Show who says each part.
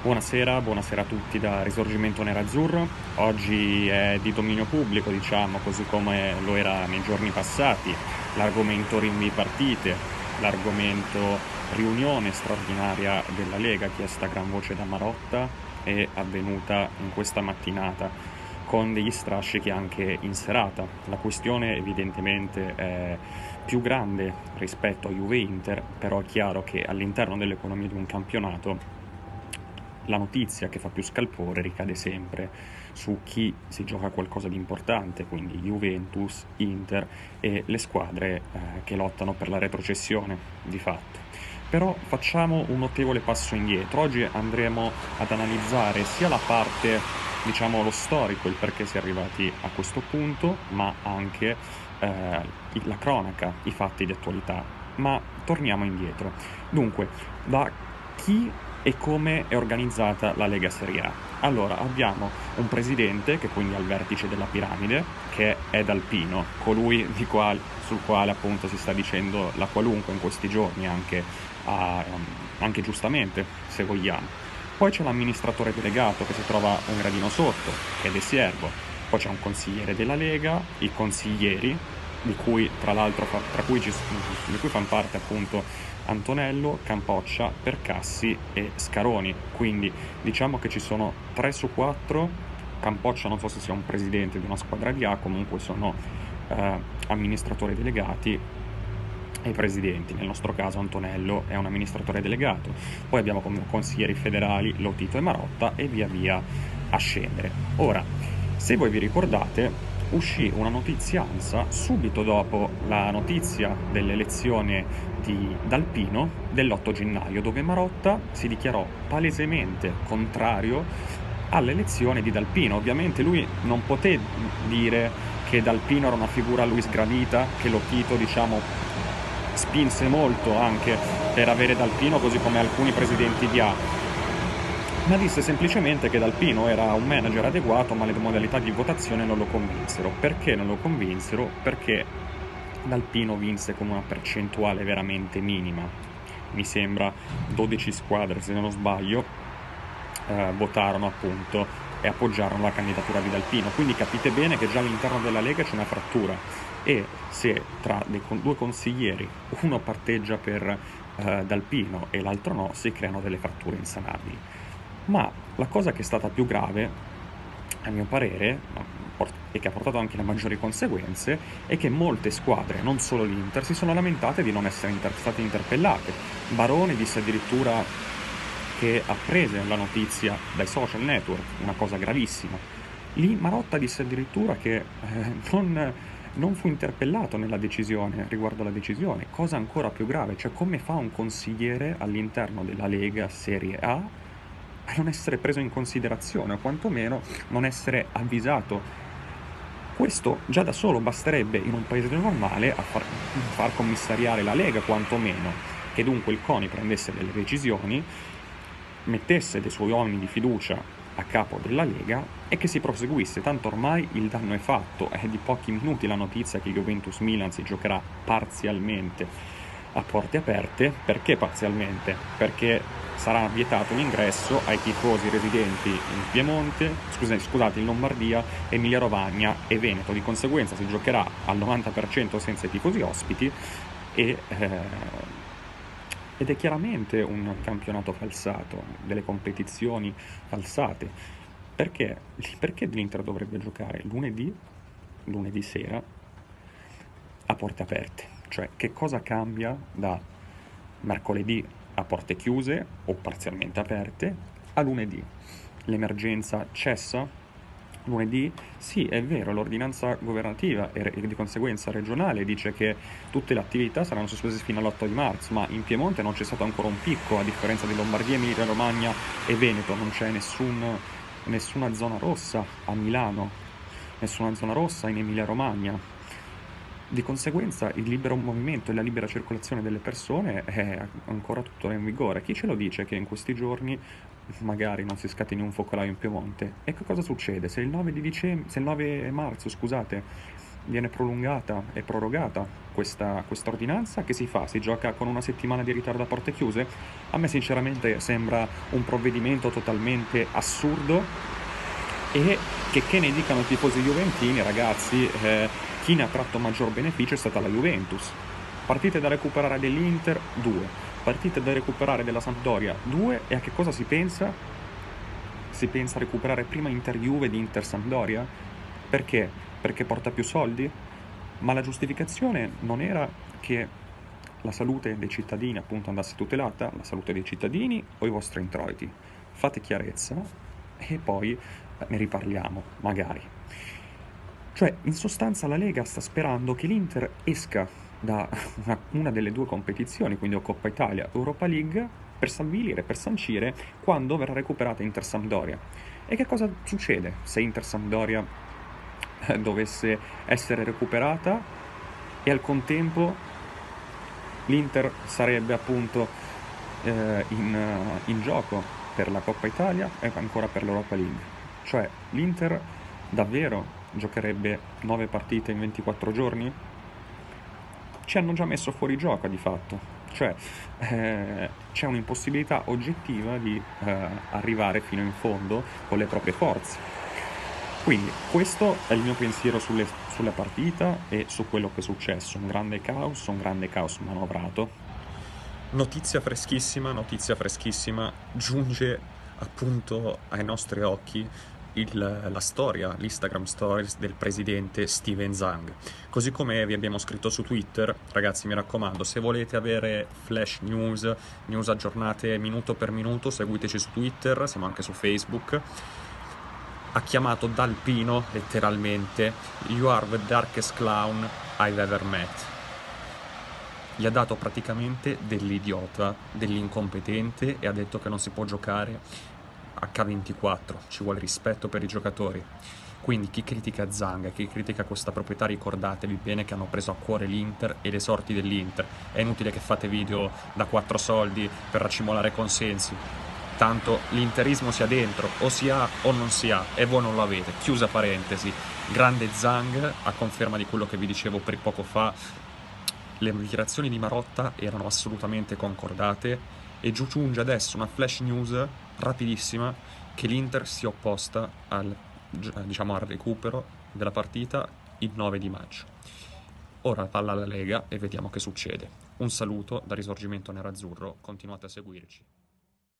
Speaker 1: Buonasera, buonasera a tutti da Risorgimento Nerazzurro. Oggi è di dominio pubblico, diciamo, così come lo era nei giorni passati, l'argomento rinvii partite, l'argomento riunione straordinaria della Lega chiesta a gran voce da Marotta è avvenuta in questa mattinata con degli strascichi anche in serata. La questione evidentemente è più grande rispetto a Juve-Inter, però è chiaro che all'interno dell'economia di un campionato la notizia che fa più scalpore ricade sempre su chi si gioca qualcosa di importante, quindi Juventus, Inter e le squadre che lottano per la retrocessione di fatto. Però facciamo un notevole passo indietro. Oggi andremo ad analizzare sia la parte, diciamo, lo storico, il perché si è arrivati a questo punto, ma anche la cronaca, i fatti di attualità. Ma torniamo indietro. Dunque, da chi e come è organizzata la Lega Serie A. Allora, abbiamo un presidente, che quindi è al vertice della piramide, che è Alpino, colui sul quale appunto si sta dicendo la qualunque in questi giorni, anche giustamente, se vogliamo. Poi c'è l'amministratore delegato che si trova un gradino sotto, che è De Siervo. Poi c'è un consigliere della Lega, i consiglieri, di cui tra l'altro di cui fanno parte appunto Antonello, Campoccia, Percassi e Scaroni. Quindi diciamo che ci sono 3 su 4. Campoccia non so se sia un presidente di una squadra di A, comunque sono amministratori delegati e presidenti. Nel nostro caso Antonello è un amministratore delegato. Poi abbiamo come consiglieri federali Lotito e Marotta e via via a scendere. Ora, se voi vi ricordate, uscì una notizianza subito dopo la notizia dell'elezione di D'Alpino dell'8 gennaio, dove Marotta si dichiarò palesemente contrario all'elezione di D'Alpino. Ovviamente lui non poté dire che D'Alpino era una figura a lui sgradita, che Lotito, diciamo, spinse molto anche per avere D'Alpino, così come alcuni presidenti di A, ma disse semplicemente che D'Alpino era un manager adeguato, ma le modalità di votazione non lo convinsero. Perché non lo convinsero? Perché D'Alpino vinse con una percentuale veramente minima. Mi sembra 12 squadre, se non sbaglio, votarono appunto e appoggiarono la candidatura di D'Alpino. Quindi capite bene che già all'interno della Lega c'è una frattura, e se tra due consiglieri uno parteggia per D'Alpino e l'altro no, si creano delle fratture insanabili. Ma la cosa che è stata più grave, a mio parere, e che ha portato anche le maggiori conseguenze, è che molte squadre, non solo l'Inter, si sono lamentate di non essere state interpellate. Baroni disse addirittura che apprese la notizia dai social network, una cosa gravissima. Lì Marotta disse addirittura che non fu interpellato nella decisione, riguardo alla decisione, cosa ancora più grave, cioè come fa un consigliere all'interno della Lega Serie A a non essere preso in considerazione, o quantomeno non essere avvisato. Questo già da solo basterebbe in un paese normale a far commissariare la Lega, quantomeno, che dunque il CONI prendesse delle decisioni, mettesse dei suoi uomini di fiducia a capo della Lega e che si proseguisse, tanto ormai il danno è fatto. È di pochi minuti la notizia che Juventus-Milan si giocherà parzialmente a porte aperte. Perché parzialmente? Perché sarà vietato l'ingresso ai tifosi residenti in Piemonte, scusate, in Lombardia, Emilia-Romagna e Veneto. Di conseguenza si giocherà al 90% senza i tifosi ospiti e, ed è chiaramente un campionato falsato, delle competizioni falsate. Perché? Perché l'Inter dovrebbe giocare lunedì sera, a porte aperte? Cioè, che cosa cambia da mercoledì a porte chiuse o parzialmente aperte a lunedì? L'emergenza cessa? Lunedì? Sì, è vero, l'ordinanza governativa e di conseguenza regionale dice che tutte le attività saranno sospese fino all'8 di marzo, ma in Piemonte non c'è stato ancora un picco, a differenza di Lombardia, Emilia Romagna e Veneto. Non c'è nessuna zona rossa a Milano, nessuna zona rossa in Emilia Romagna. Di conseguenza il libero movimento e la libera circolazione delle persone è ancora tuttora in vigore. Chi ce lo dice che in questi giorni magari non si scateni un focolaio in Piemonte? E che cosa succede? Se il 9 marzo, scusate, viene prolungata e prorogata questa ordinanza, che si fa? Si gioca con una settimana di ritardo a porte chiuse? A me sinceramente sembra un provvedimento totalmente assurdo, e che ne dicano i tifosi juventini, ragazzi, chi ne ha tratto maggior beneficio è stata la Juventus. Partite da recuperare dell'Inter, 2. Partite da recuperare della Sampdoria, 2. E a che cosa si pensa? Si pensa a recuperare prima Inter-Juve di Inter-Sampdoria? Perché? Perché porta più soldi? Ma la giustificazione non era che la salute dei cittadini appunto andasse tutelata, la salute dei cittadini o i vostri introiti? Fate chiarezza e poi ne riparliamo, magari. Cioè, in sostanza la Lega sta sperando che l'Inter esca da una delle due competizioni, quindi o Coppa Italia o Europa League, per stabilire, per sancire quando verrà recuperata Inter-Sampdoria. E che cosa succede se Inter-Sampdoria dovesse essere recuperata e al contempo l'Inter sarebbe appunto in gioco per la Coppa Italia e ancora per l'Europa League? Cioè, l'Inter davvero giocherebbe 9 partite in 24 giorni? Ci hanno già messo fuori gioco di fatto. Cioè, c'è un'impossibilità oggettiva di arrivare fino in fondo con le proprie forze. Quindi questo è il mio pensiero sulla partita e su quello che è successo. Un grande caos manovrato. Notizia freschissima, giunge appunto ai nostri occhi la storia, l'Instagram Stories del presidente Steven Zhang. Così come vi abbiamo scritto su Twitter, ragazzi, mi raccomando, se volete avere flash news aggiornate minuto per minuto, seguiteci su Twitter, siamo anche su Facebook. Ha chiamato Dalpino letteralmente "You are the darkest clown I've ever met". Gli ha dato praticamente dell'idiota, dell'incompetente, e ha detto che non si può giocare H24, ci vuole rispetto per i giocatori. Quindi chi critica Zhang, chi critica questa proprietà, ricordatevi bene che hanno preso a cuore l'Inter e le sorti dell'Inter. È inutile che fate video da 4 soldi per racimolare consensi. Tanto l'interismo sia dentro, o si ha o non si ha, e voi non lo avete. Chiusa parentesi. Grande Zhang, a conferma di quello che vi dicevo per poco fa, le dichiarazioni di Marotta erano assolutamente concordate, e giunge adesso una flash news rapidissima che l'Inter si è opposta al recupero della partita il 9 di maggio. Ora palla alla Lega e vediamo che succede. Un saluto da Risorgimento Nerazzurro, continuate a seguirci.